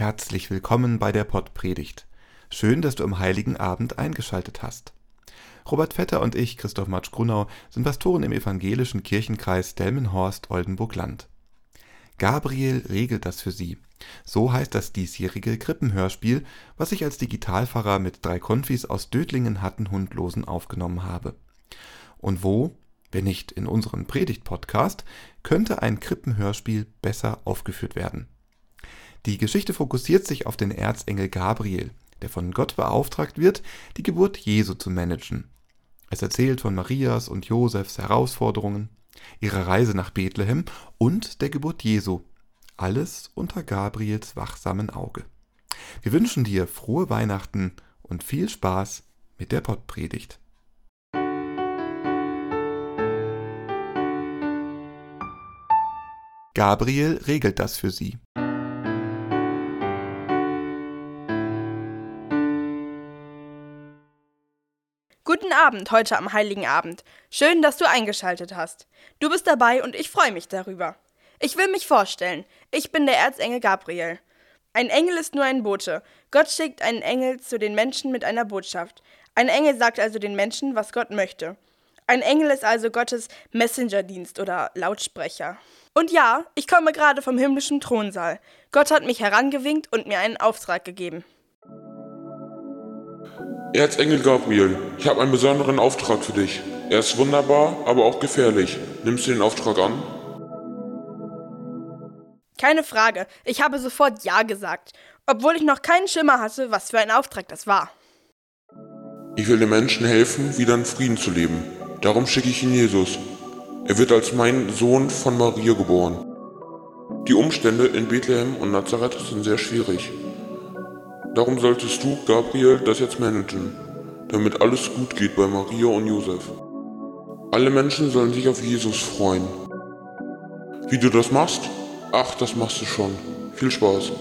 Herzlich willkommen bei der Pottpredigt. Schön, dass du am Heiligen Abend eingeschaltet hast. Robert Vetter und ich, Christoph Matsch-Grunau, sind Pastoren im evangelischen Kirchenkreis Delmenhorst-Oldenburg-Land. Gabriel regelt das für sie. So heißt das diesjährige Krippenhörspiel, was ich als Digitalpfarrer mit 3 Konfis aus Dötlingen Hattenhundlosen aufgenommen habe. Und wo, wenn nicht in unserem Predigt-Podcast, könnte ein Krippenhörspiel besser aufgeführt werden? Die Geschichte fokussiert sich auf den Erzengel Gabriel, der von Gott beauftragt wird, die Geburt Jesu zu managen. Es erzählt von Marias und Josefs Herausforderungen, ihrer Reise nach Bethlehem und der Geburt Jesu. Alles unter Gabriels wachsamen Auge. Wir wünschen dir frohe Weihnachten und viel Spaß mit der Pottpredigt. Gabriel regelt das für sie. Guten Abend heute am Heiligen Abend. Schön, dass du eingeschaltet hast. Du bist dabei und ich freue mich darüber. Ich will mich vorstellen. Ich bin der Erzengel Gabriel. Ein Engel ist nur ein Bote. Gott schickt einen Engel zu den Menschen mit einer Botschaft. Ein Engel sagt also den Menschen, was Gott möchte. Ein Engel ist also Gottes Messengerdienst oder Lautsprecher. Und ja, ich komme gerade vom himmlischen Thronsaal. Gott hat mich herangewinkt und mir einen Auftrag gegeben. Erzengel Gabriel, ich habe einen besonderen Auftrag für dich. Er ist wunderbar, aber auch gefährlich. Nimmst du den Auftrag an? Keine Frage, ich habe sofort Ja gesagt, obwohl ich noch keinen Schimmer hatte, was für ein Auftrag das war. Ich will den Menschen helfen, wieder in Frieden zu leben. Darum schicke ich ihn Jesus. Er wird als mein Sohn von Maria geboren. Die Umstände in Bethlehem und Nazareth sind sehr schwierig. Darum solltest du, Gabriel, das jetzt managen, damit alles gut geht bei Maria und Josef. Alle Menschen sollen sich auf Jesus freuen. Wie du das machst? Ach, das machst du schon. Viel Spaß.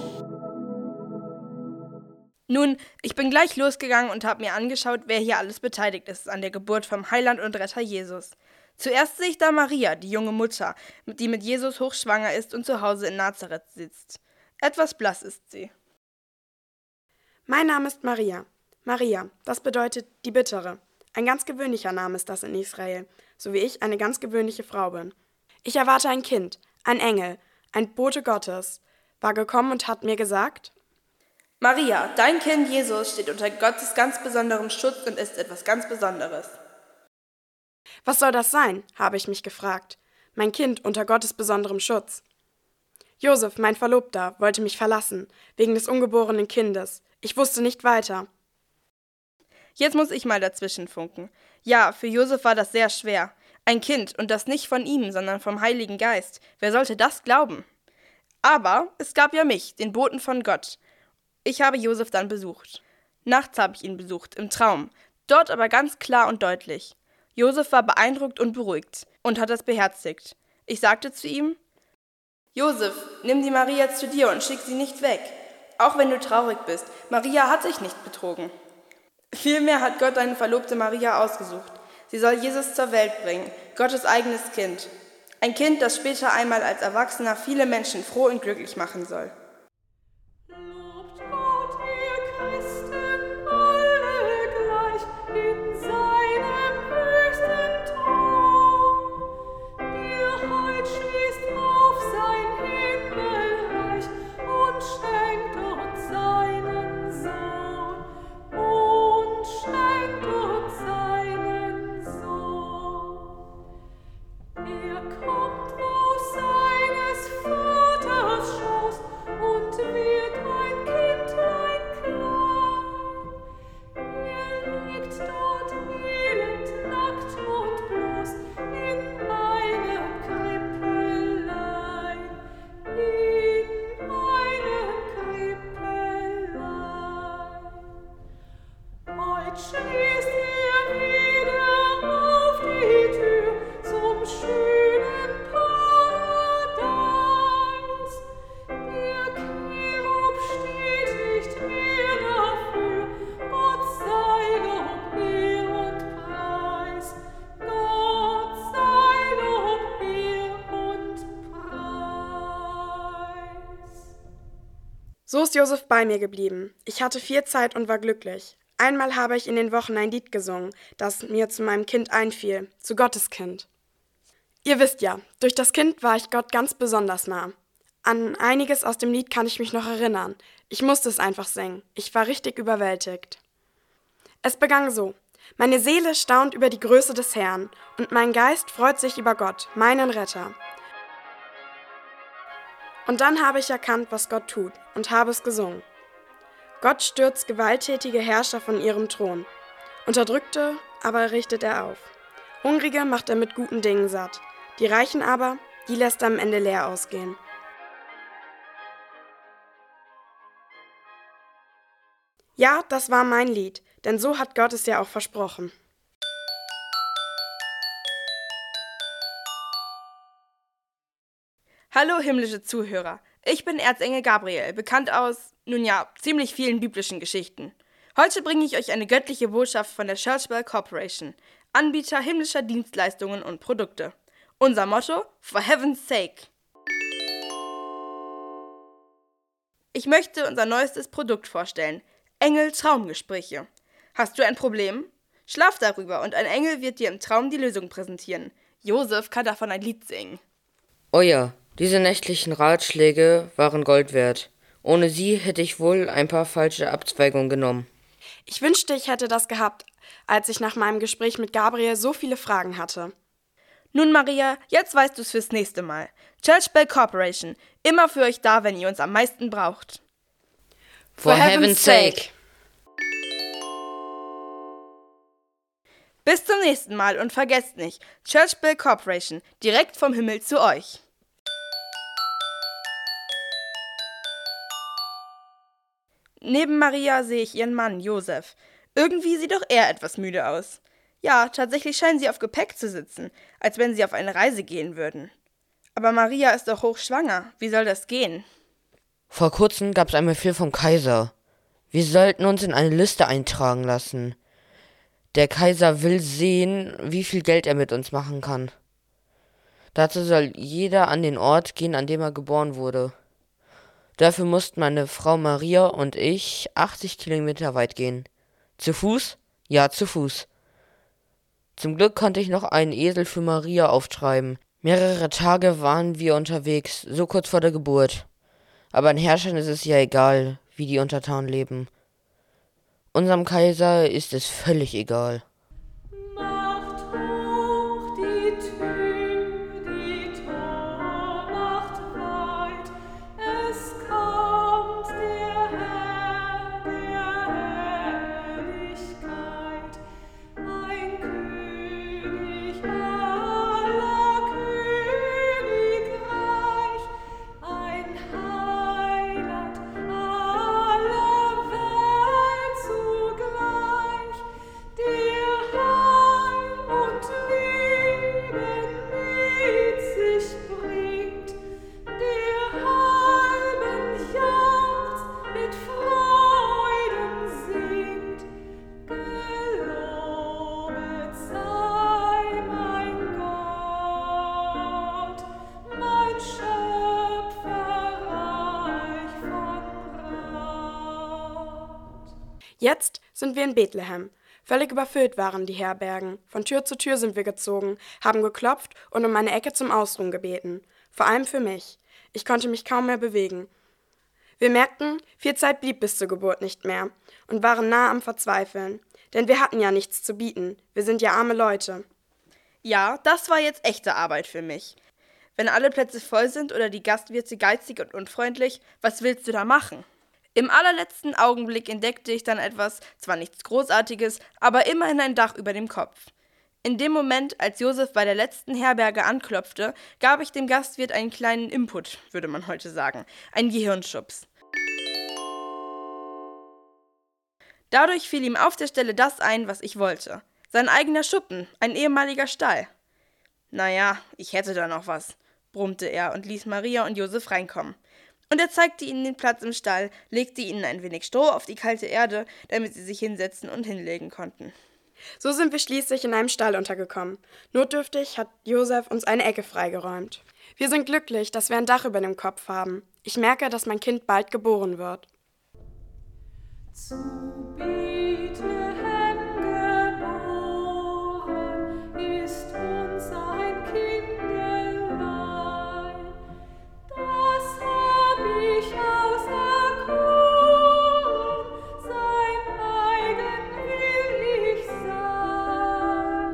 Nun, ich bin gleich losgegangen und habe mir angeschaut, wer hier alles beteiligt ist an der Geburt vom Heiland und Retter Jesus. Zuerst sehe ich da Maria, die junge Mutter, die mit Jesus hochschwanger ist und zu Hause in Nazareth sitzt. Etwas blass ist sie. Mein Name ist Maria. Maria, das bedeutet die Bittere. Ein ganz gewöhnlicher Name ist das in Israel, so wie ich eine ganz gewöhnliche Frau bin. Ich erwarte ein Kind, ein Engel, ein Bote Gottes, war gekommen und hat mir gesagt: Maria, dein Kind Jesus steht unter Gottes ganz besonderem Schutz und ist etwas ganz Besonderes. Was soll das sein, habe ich mich gefragt. Mein Kind unter Gottes besonderem Schutz. Josef, mein Verlobter, wollte mich verlassen, wegen des ungeborenen Kindes. Ich wusste nicht weiter. Jetzt muss ich mal dazwischen funken. Ja, für Josef war das sehr schwer. Ein Kind, und das nicht von ihm, sondern vom Heiligen Geist. Wer sollte das glauben? Aber es gab ja mich, den Boten von Gott. Ich habe Josef dann besucht. Nachts habe ich ihn besucht, im Traum. Dort aber ganz klar und deutlich. Josef war beeindruckt und beruhigt und hat das beherzigt. Ich sagte zu ihm: Josef, nimm die Maria zu dir und schick sie nicht weg. Auch wenn du traurig bist, Maria hat sich nicht betrogen. Vielmehr hat Gott deine Verlobte Maria ausgesucht. Sie soll Jesus zur Welt bringen, Gottes eigenes Kind. Ein Kind, das später einmal als Erwachsener viele Menschen froh und glücklich machen soll. So ist Josef bei mir geblieben. Ich hatte viel Zeit und war glücklich. Einmal habe ich in den Wochen ein Lied gesungen, das mir zu meinem Kind einfiel, zu Gottes Kind. Ihr wisst ja, durch das Kind war ich Gott ganz besonders nah. An einiges aus dem Lied kann ich mich noch erinnern. Ich musste es einfach singen. Ich war richtig überwältigt. Es begann so: Meine Seele staunt über die Größe des Herrn, und mein Geist freut sich über Gott, meinen Retter. Und dann habe ich erkannt, was Gott tut, und habe es gesungen. Gott stürzt gewalttätige Herrscher von ihrem Thron. Unterdrückte aber richtet er auf. Hungrige macht er mit guten Dingen satt. Die Reichen aber, die lässt er am Ende leer ausgehen. Ja, das war mein Lied, denn so hat Gott es ja auch versprochen. Hallo himmlische Zuhörer, ich bin Erzengel Gabriel, bekannt aus, ziemlich vielen biblischen Geschichten. Heute bringe ich euch eine göttliche Botschaft von der Church Bell Corporation, Anbieter himmlischer Dienstleistungen und Produkte. Unser Motto: For Heaven's Sake. Ich möchte unser neuestes Produkt vorstellen: Engel-Traumgespräche. Hast du ein Problem? Schlaf darüber und ein Engel wird dir im Traum die Lösung präsentieren. Josef kann davon ein Lied singen. Oh ja, diese nächtlichen Ratschläge waren Gold wert. Ohne sie hätte ich wohl ein paar falsche Abzweigungen genommen. Ich wünschte, ich hätte das gehabt, als ich nach meinem Gespräch mit Gabriel so viele Fragen hatte. Nun Maria, jetzt weißt du es fürs nächste Mal. Church Bell Corporation, immer für euch da, wenn ihr uns am meisten braucht. For heaven's sake. Bis zum nächsten Mal und vergesst nicht, Church Bell Corporation, direkt vom Himmel zu euch. Neben Maria sehe ich ihren Mann, Josef. Irgendwie sieht auch er etwas müde aus. Ja, tatsächlich scheinen sie auf Gepäck zu sitzen, als wenn sie auf eine Reise gehen würden. Aber Maria ist doch hochschwanger. Wie soll das gehen? Vor kurzem gab es einen Befehl vom Kaiser. Wir sollten uns in eine Liste eintragen lassen. Der Kaiser will sehen, wie viel Geld er mit uns machen kann. Dazu soll jeder an den Ort gehen, an dem er geboren wurde. Dafür mussten meine Frau Maria und ich 80 Kilometer weit gehen. Zu Fuß? Ja, zu Fuß. Zum Glück konnte ich noch einen Esel für Maria auftreiben. Mehrere Tage waren wir unterwegs, so kurz vor der Geburt. Aber den Herrschern ist es ja egal, wie die Untertanen leben. Unserem Kaiser ist es völlig egal. Macht hoch die Tür, die Tor macht weit, es kommt der Herr der Herrlichkeit, ein König aller Königreich, ein Heiland aller Welt zugleich, der Heil und Leben mit sich bringt, der halben jauchzt, mit Freuden singt. Gelobet sei mein Gott, mein Schöpfer reich von Rat. Jetzt sind wir in Bethlehem. Völlig überfüllt waren die Herbergen. Von Tür zu Tür sind wir gezogen, haben geklopft und um eine Ecke zum Ausruhen gebeten. Vor allem für mich. Ich konnte mich kaum mehr bewegen. Wir merkten, viel Zeit blieb bis zur Geburt nicht mehr und waren nah am Verzweifeln. Denn wir hatten ja nichts zu bieten. Wir sind ja arme Leute. Ja, das war jetzt echte Arbeit für mich. Wenn alle Plätze voll sind oder die Gastwirte geizig und unfreundlich, was willst du da machen? Im allerletzten Augenblick entdeckte ich dann etwas, zwar nichts Großartiges, aber immerhin ein Dach über dem Kopf. In dem Moment, als Josef bei der letzten Herberge anklopfte, gab ich dem Gastwirt einen kleinen Input, würde man heute sagen, einen Gehirnschubs. Dadurch fiel ihm auf der Stelle das ein, was ich wollte. Sein eigener Schuppen, ein ehemaliger Stall. Naja, ich hätte da noch was, brummte er und ließ Maria und Josef reinkommen. Und er zeigte ihnen den Platz im Stall, legte ihnen ein wenig Stroh auf die kalte Erde, damit sie sich hinsetzen und hinlegen konnten. So sind wir schließlich in einem Stall untergekommen. Notdürftig hat Josef uns eine Ecke freigeräumt. Wir sind glücklich, dass wir ein Dach über dem Kopf haben. Ich merke, dass mein Kind bald geboren wird. Zu Bethlehem geboren ist uns ein Kindlein. Das hab ich auserkoren, sein eigen will ich sein.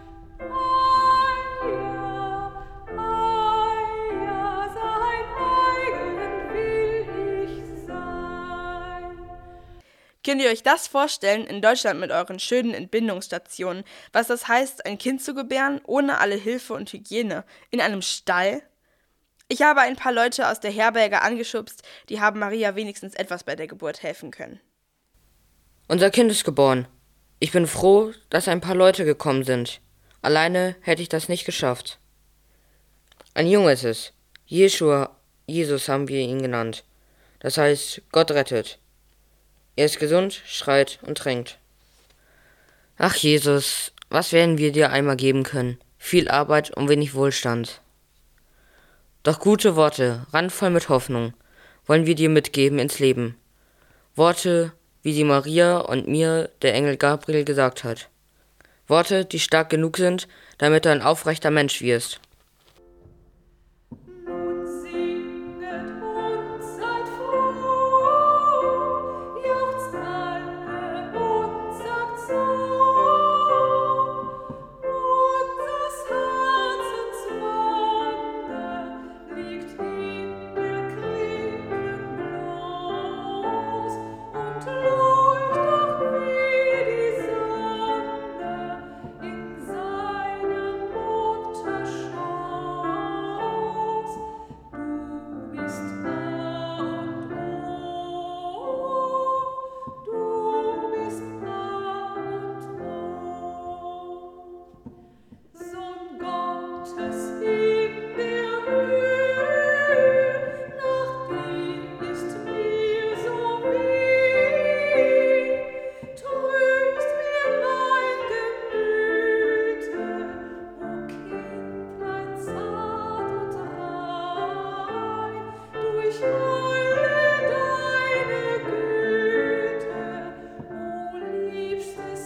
Ja, sein eigen will ich sein. Könnt ihr euch das vorstellen in Deutschland mit euren schönen Entbindungsstationen, was das heißt, ein Kind zu gebären, ohne alle Hilfe und Hygiene, in einem Stall? Ich habe ein paar Leute aus der Herberge angeschubst, die haben Maria wenigstens etwas bei der Geburt helfen können. Unser Kind ist geboren. Ich bin froh, dass ein paar Leute gekommen sind. Alleine hätte ich das nicht geschafft. Ein Junge ist es. Jeschua, Jesus haben wir ihn genannt. Das heißt, Gott rettet. Er ist gesund, schreit und trinkt. Ach Jesus, was werden wir dir einmal geben können? Viel Arbeit und wenig Wohlstand. Doch gute Worte, randvoll mit Hoffnung, wollen wir dir mitgeben ins Leben. Worte, wie sie Maria und mir der Engel Gabriel gesagt hat. Worte, die stark genug sind, damit du ein aufrechter Mensch wirst. Nun singet und seid froh, jauchzt alle und sagt so. Unseres Herzens Wonne liegt in der Krippen bloß und leuchtet wie die Sonne in seinem Mutterschoß. Du bist A und O, du bist A und O. Sohn Gottes in der Höhe, nach dir ist mir so weh. Tröst mir mein Gemüte, o Kindlein zart und rein, durch alle deine Güte, o liebstes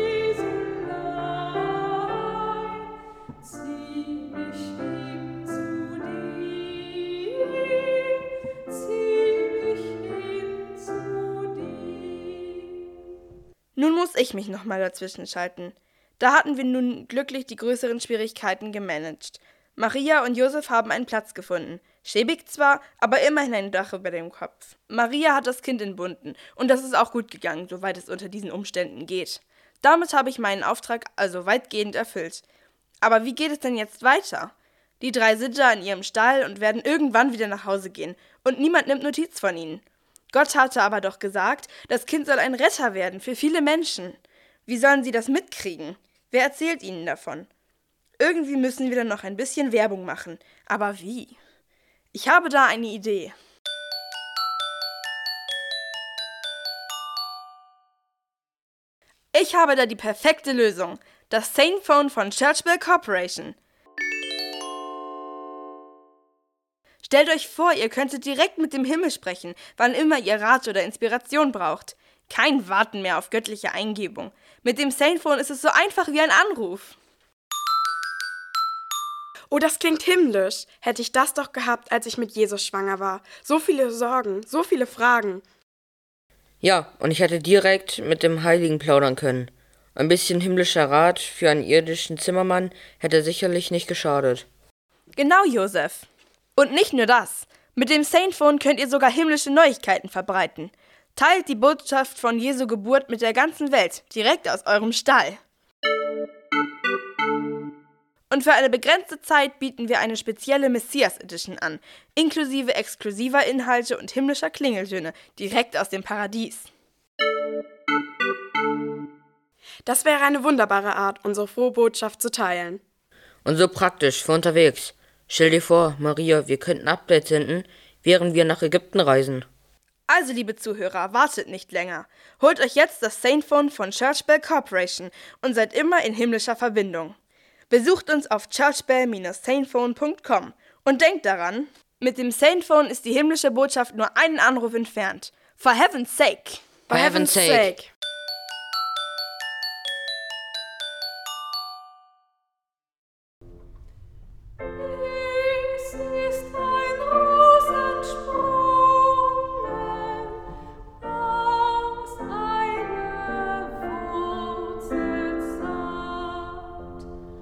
Jesulein. Zieh mich hin zu dir, zieh mich hin zu dir. Nun muss ich mich nochmal dazwischen schalten. Da hatten wir nun glücklich die größeren Schwierigkeiten gemanagt. Maria und Josef haben einen Platz gefunden. Schäbig zwar, aber immerhin ein Dach über dem Kopf. Maria hat das Kind entbunden und das ist auch gut gegangen, soweit es unter diesen Umständen geht. Damit habe ich meinen Auftrag also weitgehend erfüllt. Aber wie geht es denn jetzt weiter? Die 3 sind da in ihrem Stall und werden irgendwann wieder nach Hause gehen und niemand nimmt Notiz von ihnen. Gott hatte aber doch gesagt, das Kind soll ein Retter werden für viele Menschen. Wie sollen sie das mitkriegen? Wer erzählt ihnen davon? Irgendwie müssen wir dann noch ein bisschen Werbung machen. Aber wie? Ich habe da eine Idee. Ich habe da die perfekte Lösung. Das Sane Phone von Church Bell Corporation. Stellt euch vor, ihr könntet direkt mit dem Himmel sprechen, wann immer ihr Rat oder Inspiration braucht. Kein Warten mehr auf göttliche Eingebung. Mit dem Sane Phone ist es so einfach wie ein Anruf. Oh, das klingt himmlisch. Hätte ich das doch gehabt, als ich mit Jesus schwanger war. So viele Sorgen, so viele Fragen. Ja, und ich hätte direkt mit dem Heiligen plaudern können. Ein bisschen himmlischer Rat für einen irdischen Zimmermann hätte sicherlich nicht geschadet. Genau, Josef. Und nicht nur das. Mit dem Sane Phone könnt ihr sogar himmlische Neuigkeiten verbreiten. Teilt die Botschaft von Jesu Geburt mit der ganzen Welt, direkt aus eurem Stall. Und für eine begrenzte Zeit bieten wir eine spezielle Messias Edition an, inklusive exklusiver Inhalte und himmlischer Klingeltöne, direkt aus dem Paradies. Das wäre eine wunderbare Art, unsere frohe Botschaft zu teilen. Und so praktisch für unterwegs. Stell dir vor, Maria, wir könnten Updates senden, während wir nach Ägypten reisen. Also, liebe Zuhörer, wartet nicht länger. Holt euch jetzt das Sane Phone von Church Bell Corporation und seid immer in himmlischer Verbindung. Besucht uns auf churchbell-sanephone.com Und denkt daran, mit dem Saintphone ist die himmlische Botschaft nur einen Anruf entfernt. For heaven's sake! For heaven's sake! Es ist ein Rosensprungen aus einer Wurzel saat,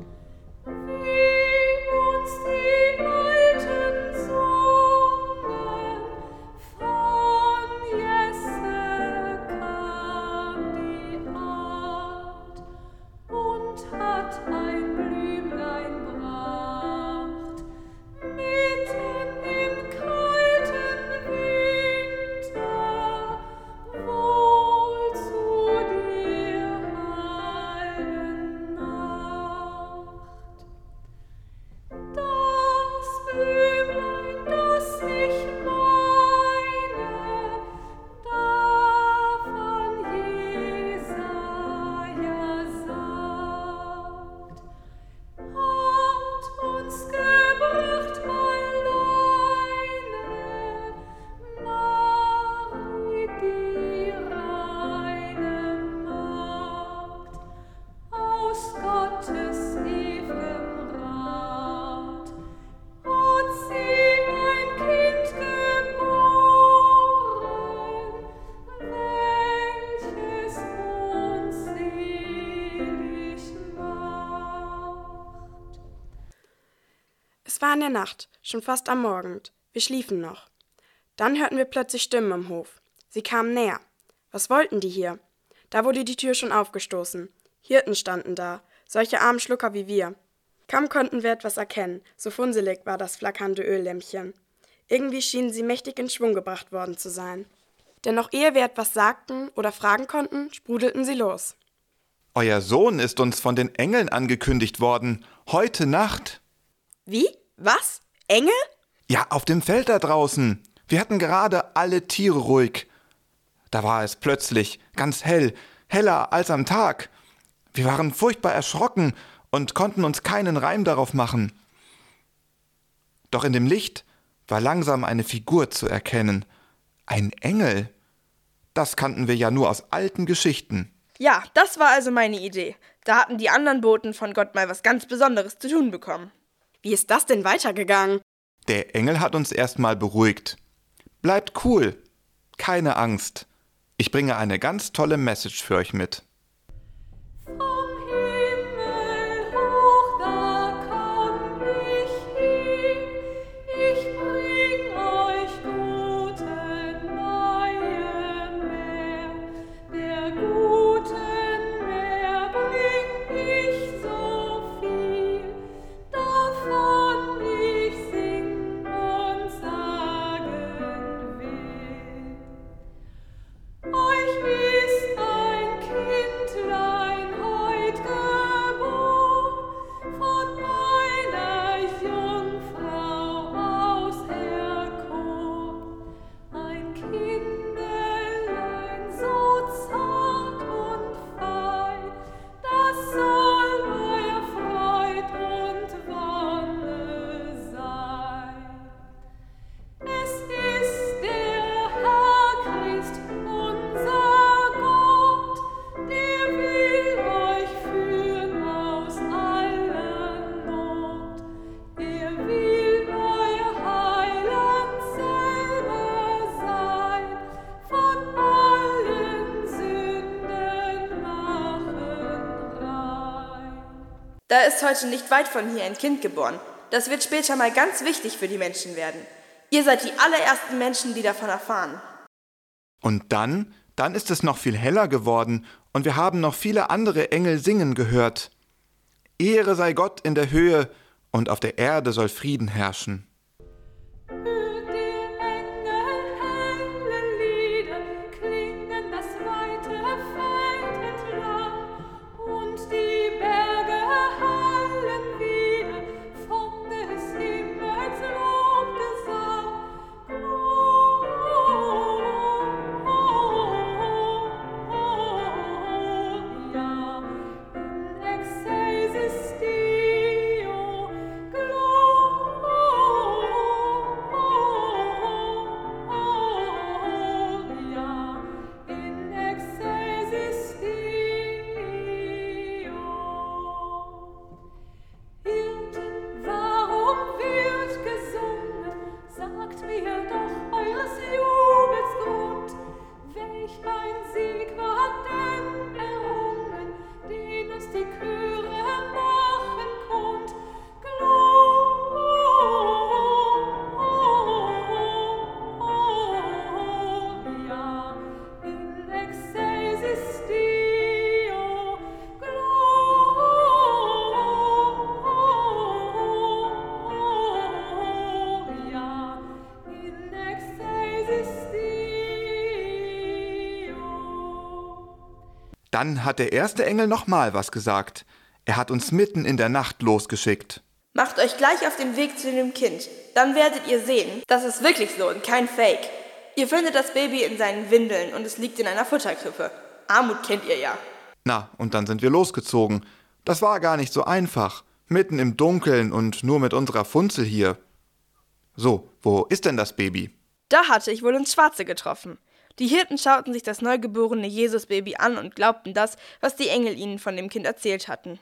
wie uns die Alten sungen, von Jesse kam die Art und hat ein Blümlein bracht, mitten im kalten Winter, wohl zu dir halben Nacht. Das Blümlein, das ich meine, davon Jesaja sagt, hat uns gebracht alleine, Marie, die reine Magd, aus Gottes ew'gem Rat, hat sie ein Kind geboren, welches uns selig macht. Es war in der Nacht, schon fast am Morgen. Wir schliefen noch. Dann hörten wir plötzlich Stimmen im Hof. Sie kamen näher. Was wollten die hier? Da wurde die Tür schon aufgestoßen. Hirten standen da, solche armen Schlucker wie wir. Kaum konnten wir etwas erkennen, so funselig war das flackernde Öllämpchen. Irgendwie schienen sie mächtig in Schwung gebracht worden zu sein. Denn noch ehe wir etwas sagten oder fragen konnten, sprudelten sie los. Euer Sohn ist uns von den Engeln angekündigt worden. Heute Nacht. Wie? Was? Engel? Ja, auf dem Feld da draußen. Wir hatten gerade alle Tiere ruhig. Da war es plötzlich ganz hell, heller als am Tag. Wir waren furchtbar erschrocken und konnten uns keinen Reim darauf machen. Doch in dem Licht war langsam eine Figur zu erkennen. Ein Engel. Das kannten wir ja nur aus alten Geschichten. Ja, das war also meine Idee. Da hatten die anderen Boten von Gott mal was ganz Besonderes zu tun bekommen. Wie ist das denn weitergegangen? Der Engel hat uns erstmal beruhigt. Bleibt cool. Keine Angst. Ich bringe eine ganz tolle Message für euch mit. Vom Himmel hoch, da komm ich hin, ich bring euch gute neue Meer, der guten Meer bring ich so viel, davon ich singen und sagen will. Euch ist ein Kindlein heut geboren, von einer Jungfrau auserkoren. Ein Kindlein so zart und fein, das soll euer Freud und Wonne sein. Es ist der Herr Christ, unser Gott, der will euch führen aus aller Not. Er will euer Heiland selber sein, von allen Sünden machen rein. Da ist heute nicht weit von hier ein Kind geboren. Das wird später mal ganz wichtig für die Menschen werden. Ihr seid die allerersten Menschen, die davon erfahren. Und dann ist es noch viel heller geworden und wir haben noch viele andere Engel singen gehört. Ehre sei Gott in der Höhe und auf der Erde soll Frieden herrschen. Hört der Engel helle Lieder, klingen das weite Feld entlang, und die Berge hallen wieder von des Himmels Lobgesang. Gloria in excelsis Deo, Gloria Dann hat der erste Engel nochmal was gesagt. Er hat uns mitten in der Nacht losgeschickt. Macht euch gleich auf den Weg zu dem Kind. Dann werdet ihr sehen, das ist wirklich so und kein Fake. Ihr findet das Baby in seinen Windeln und es liegt in einer Futterkrippe. Armut kennt ihr ja. Na, und dann sind wir losgezogen. Das war gar nicht so einfach. Mitten im Dunkeln und nur mit unserer Funzel hier. So, wo ist denn das Baby? Da hatte ich wohl ins Schwarze getroffen. Die Hirten schauten sich das neugeborene Jesus-Baby an und glaubten das, was die Engel ihnen von dem Kind erzählt hatten.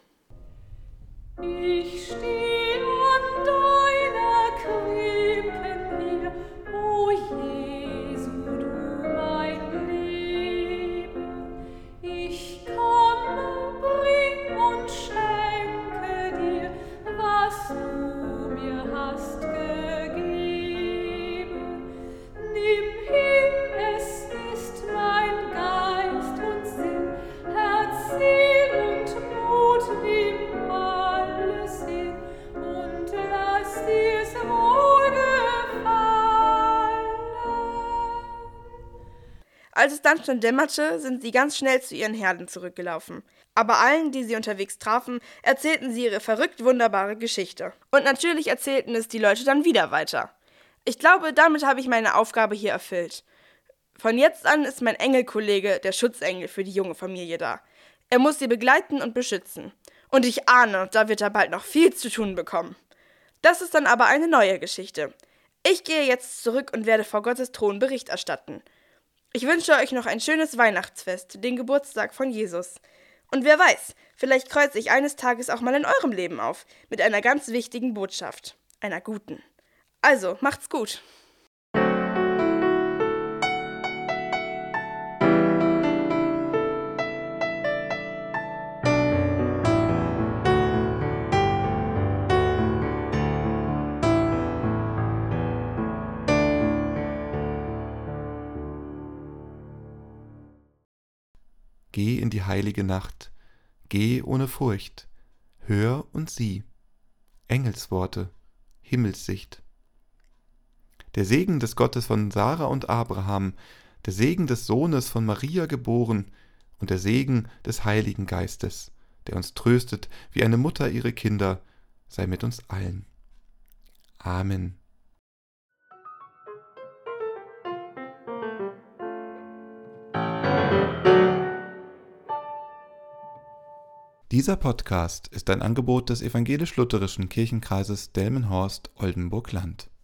Ich steh an deiner Krippe hier, o Jesu, du mein Leben. Ich komme, bring und schenke dir, was du mir hast gegeben. Nimm hin, es ist mein Geist und Sinn, Herz, Seel und Mut, nimm alles hin und lass dir's wohlgefallen. Als es dann schon dämmerte, sind sie ganz schnell zu ihren Herden zurückgelaufen. Aber allen, die sie unterwegs trafen, erzählten sie ihre verrückt wunderbare Geschichte. Und natürlich erzählten es die Leute dann wieder weiter. Ich glaube, damit habe ich meine Aufgabe hier erfüllt. Von jetzt an ist mein Engelkollege, der Schutzengel für die junge Familie da. Er muss sie begleiten und beschützen. Und ich ahne, da wird er bald noch viel zu tun bekommen. Das ist dann aber eine neue Geschichte. Ich gehe jetzt zurück und werde vor Gottes Thron Bericht erstatten. Ich wünsche euch noch ein schönes Weihnachtsfest, den Geburtstag von Jesus. Und wer weiß, vielleicht kreuze ich eines Tages auch mal in eurem Leben auf, mit einer ganz wichtigen Botschaft, einer guten. Also, macht's gut. Geh in die heilige Nacht, geh ohne Furcht, hör und sieh. Engelsworte, Himmelssicht. Der Segen des Gottes von Sarah und Abraham, der Segen des Sohnes von Maria geboren und der Segen des Heiligen Geistes, der uns tröstet wie eine Mutter ihre Kinder, sei mit uns allen. Amen. Dieser Podcast ist ein Angebot des evangelisch-lutherischen Kirchenkreises Delmenhorst-Oldenburg-Land.